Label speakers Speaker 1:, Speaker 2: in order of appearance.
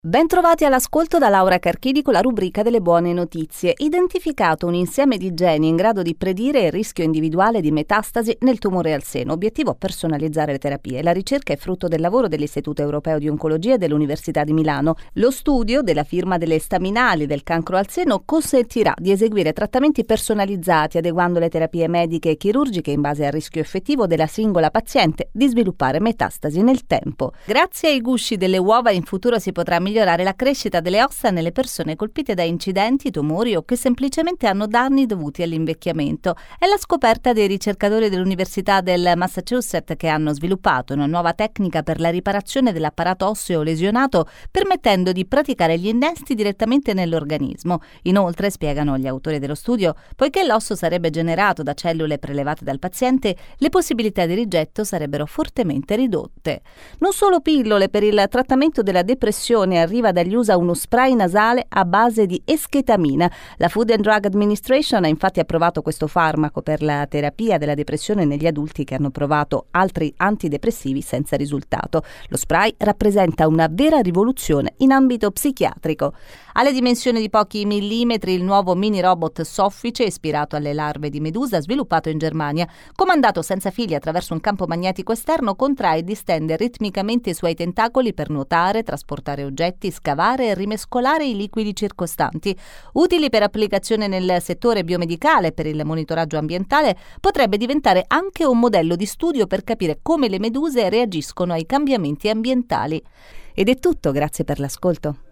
Speaker 1: Bentrovati all'ascolto da Laura Carchidi con la rubrica delle buone notizie. Identificato un insieme di geni in grado di predire il rischio individuale di metastasi nel tumore al seno. Obiettivo: personalizzare le terapie. La ricerca è frutto del lavoro dell'Istituto Europeo di Oncologia e dell'Università di Milano. Lo studio della firma delle staminali del cancro al seno consentirà di eseguire trattamenti personalizzati, adeguando le terapie mediche e chirurgiche in base al rischio effettivo della singola paziente di sviluppare metastasi nel tempo. Grazie ai gusci delle uova in futuro si potrà migliorare la crescita delle ossa nelle persone colpite da incidenti, tumori o che semplicemente hanno danni dovuti all'invecchiamento. È la scoperta dei ricercatori dell'Università del Massachusetts che hanno sviluppato una nuova tecnica per la riparazione dell'apparato osseo lesionato, permettendo di praticare gli innesti direttamente nell'organismo. Inoltre, spiegano gli autori dello studio, poiché l'osso sarebbe generato da cellule prelevate dal paziente, le possibilità di rigetto sarebbero fortemente ridotte. Non solo pillole per il trattamento della depressione. Arriva dagli USA uno spray nasale a base di esketamina. La Food and Drug Administration ha infatti approvato questo farmaco per la terapia della depressione negli adulti che hanno provato altri antidepressivi senza risultato. Lo spray rappresenta una vera rivoluzione in ambito psichiatrico. Alle dimensioni di pochi millimetri, il nuovo mini robot soffice, ispirato alle larve di medusa, sviluppato in Germania, comandato senza fili attraverso un campo magnetico esterno, contrae e distende ritmicamente i suoi tentacoli per nuotare, trasportare oggetti, scavare e rimescolare i liquidi circostanti. Utili per applicazione nel settore biomedicale, per il monitoraggio ambientale, potrebbe diventare anche un modello di studio per capire come le meduse reagiscono ai cambiamenti ambientali. Ed è tutto, grazie per l'ascolto.